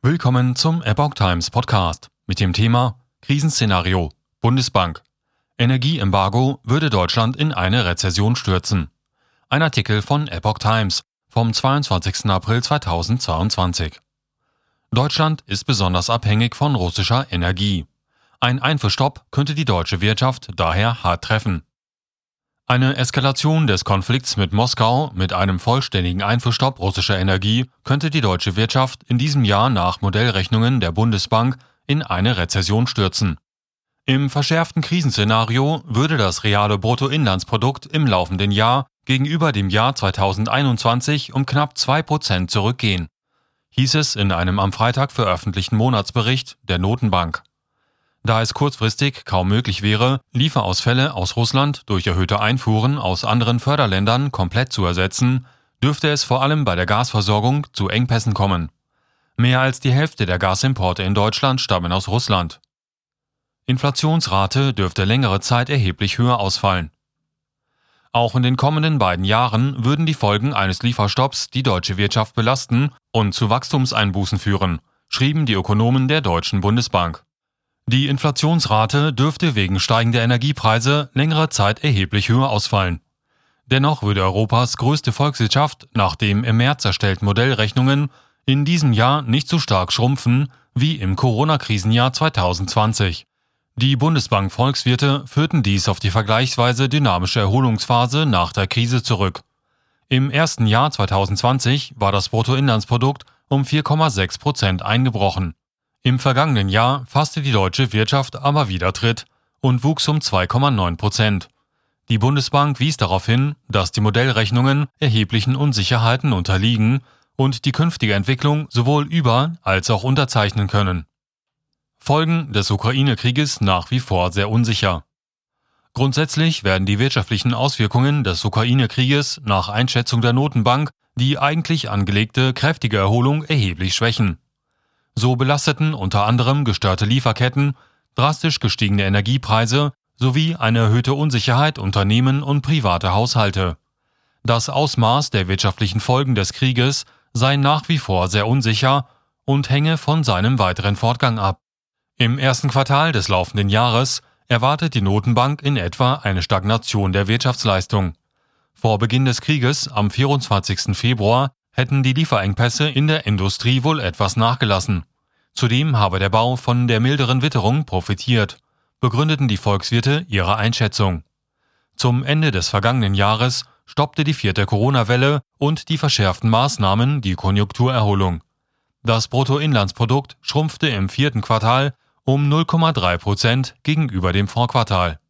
Willkommen zum Epoch Times Podcast mit dem Thema Krisenszenario Bundesbank. Energieembargo würde Deutschland in eine Rezession stürzen. Ein Artikel von Epoch Times vom 22. April 2022. Deutschland ist besonders abhängig von russischer Energie. Ein Einfuhrstopp könnte die deutsche Wirtschaft daher hart treffen. Eine Eskalation des Konflikts mit Moskau mit einem vollständigen Einfuhrstopp russischer Energie könnte die deutsche Wirtschaft in diesem Jahr nach Modellrechnungen der Bundesbank in eine Rezession stürzen. Im verschärften Krisenszenario würde das reale Bruttoinlandsprodukt im laufenden Jahr gegenüber dem Jahr 2021 um knapp 2% zurückgehen, hieß es in einem am Freitag veröffentlichten Monatsbericht der Notenbank. Da es kurzfristig kaum möglich wäre, Lieferausfälle aus Russland durch erhöhte Einfuhren aus anderen Förderländern komplett zu ersetzen, dürfte es vor allem bei der Gasversorgung zu Engpässen kommen. Mehr als die Hälfte der Gasimporte in Deutschland stammen aus Russland. Inflationsrate dürfte längere Zeit erheblich höher ausfallen. Auch in den kommenden beiden Jahren würden die Folgen eines Lieferstopps die deutsche Wirtschaft belasten und zu Wachstumseinbußen führen, schrieben die Ökonomen der Deutschen Bundesbank. Die Inflationsrate dürfte wegen steigender Energiepreise längere Zeit erheblich höher ausfallen. Dennoch würde Europas größte Volkswirtschaft nach den im März erstellten Modellrechnungen in diesem Jahr nicht so stark schrumpfen wie im Corona-Krisenjahr 2020. Die Bundesbank-Volkswirte führten dies auf die vergleichsweise dynamische Erholungsphase nach der Krise zurück. Im ersten Jahr 2020 war das Bruttoinlandsprodukt um 4,6% eingebrochen. Im vergangenen Jahr fasste die deutsche Wirtschaft aber wieder Tritt und wuchs um 2,9%. Die Bundesbank wies darauf hin, dass die Modellrechnungen erheblichen Unsicherheiten unterliegen und die künftige Entwicklung sowohl über- als auch unterzeichnen können. Folgen des Ukraine-Krieges nach wie vor sehr unsicher. Grundsätzlich werden die wirtschaftlichen Auswirkungen des Ukraine-Krieges nach Einschätzung der Notenbank die eigentlich angelegte kräftige Erholung erheblich schwächen. So belasteten unter anderem gestörte Lieferketten, drastisch gestiegene Energiepreise sowie eine erhöhte Unsicherheit Unternehmen und private Haushalte. Das Ausmaß der wirtschaftlichen Folgen des Krieges sei nach wie vor sehr unsicher und hänge von seinem weiteren Fortgang ab. Im ersten Quartal des laufenden Jahres erwartet die Notenbank in etwa eine Stagnation der Wirtschaftsleistung. Vor Beginn des Krieges am 24. Februar hätten die Lieferengpässe in der Industrie wohl etwas nachgelassen. Zudem habe der Bau von der milderen Witterung profitiert, begründeten die Volkswirte ihre Einschätzung. Zum Ende des vergangenen Jahres stoppte die vierte Corona-Welle und die verschärften Maßnahmen die Konjunkturerholung. Das Bruttoinlandsprodukt schrumpfte im vierten Quartal um 0,3% gegenüber dem Vorquartal.